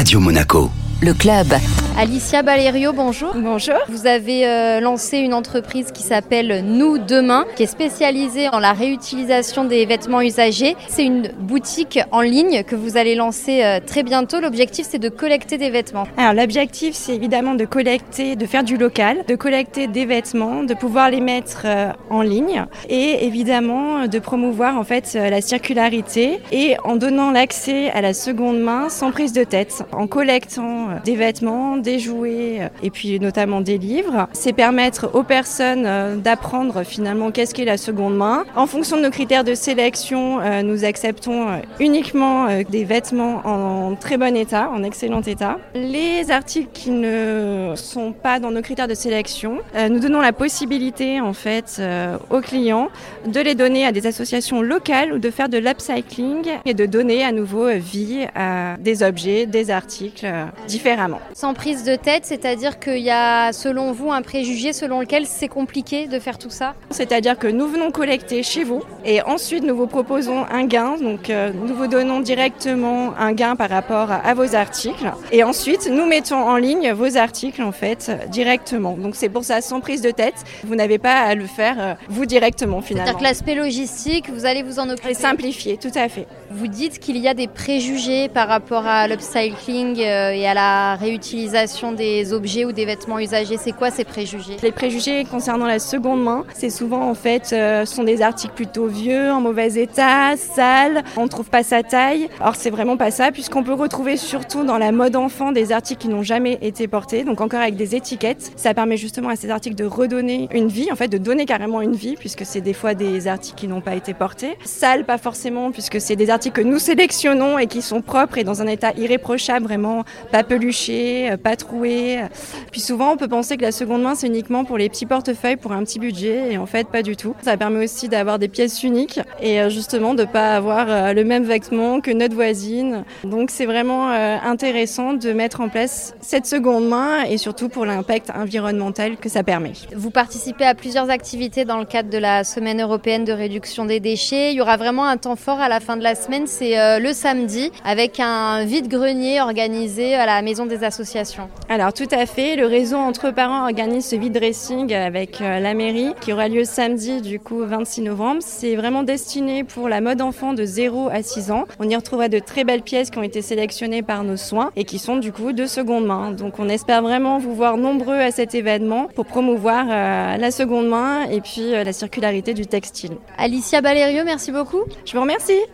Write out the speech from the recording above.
Radio Monaco. Le club. Alicia Balerio, bonjour. Bonjour. Vous avez lancé une entreprise qui s'appelle Nous Demain, qui est spécialisée en la réutilisation des vêtements usagés. C'est une boutique en ligne que vous allez lancer très bientôt. L'objectif, c'est de collecter des vêtements. Alors l'objectif, c'est évidemment de collecter, de faire du local, de collecter des vêtements, de pouvoir les mettre en ligne et évidemment de promouvoir en fait la circularité et en donnant l'accès à la seconde main sans prise de tête, en collectant des vêtements, des jouets et puis notamment des livres. C'est permettre aux personnes d'apprendre finalement qu'est-ce qu'est la seconde main. En fonction de nos critères de sélection, nous acceptons uniquement des vêtements en très bon état, en excellent état. Les articles qui ne sont pas dans nos critères de sélection, nous donnons la possibilité en fait aux clients de les donner à des associations locales ou de faire de l'upcycling et de donner à nouveau vie à des objets, des articles différemment. Sans prise de tête, c'est-à-dire qu'il y a selon vous un préjugé selon lequel c'est compliqué de faire tout ça ? C'est-à-dire que nous venons collecter chez vous et ensuite nous vous proposons un gain, donc nous vous donnons directement un gain par rapport à vos articles et ensuite nous mettons en ligne vos articles en fait directement. Donc c'est pour ça, sans prise de tête, vous n'avez pas à le faire vous directement finalement. C'est-à-dire que l'aspect logistique, vous allez vous en occuper. Et simplifier, tout à fait. Vous dites qu'il y a des préjugés par rapport à l'upcycling et à la réutilisation des objets ou des vêtements usagés. C'est quoi ces préjugés ? Les préjugés concernant la seconde main, c'est souvent en fait sont des articles plutôt vieux, en mauvais état, sales, on ne trouve pas sa taille. Or c'est vraiment pas ça puisqu'on peut retrouver surtout dans la mode enfant des articles qui n'ont jamais été portés, donc encore avec des étiquettes. Ça permet justement à ces articles de redonner une vie, en fait de donner carrément une vie puisque c'est des fois des articles qui n'ont pas été portés. Sales pas forcément puisque c'est des articles que nous sélectionnons et qui sont propres et dans un état irréprochable, vraiment pas peluchés, pas troués. Puis souvent on peut penser que la seconde main c'est uniquement pour les petits portefeuilles pour un petit budget et en fait pas du tout. Ça permet aussi d'avoir des pièces uniques et justement de pas avoir le même vêtement que notre voisine. Donc c'est vraiment intéressant de mettre en place cette seconde main et surtout pour l'impact environnemental que ça permet. Vous participez à plusieurs activités dans le cadre de la Semaine européenne de réduction des déchets. Il y aura vraiment un temps fort à la fin de la semaine, c'est le samedi avec un vide-grenier organisé à la Maison des Associations. Alors tout à fait, le réseau Entre Parents organise ce vide-dressing avec la mairie qui aura lieu samedi du coup 26 novembre. C'est vraiment destiné pour la mode enfant de 0 à 6 ans. On y retrouvera de très belles pièces qui ont été sélectionnées par nos soins et qui sont du coup de seconde main. Donc on espère vraiment vous voir nombreux à cet événement pour promouvoir la seconde main et puis la circularité du textile. Alicia Balerio, merci beaucoup. Je vous remercie.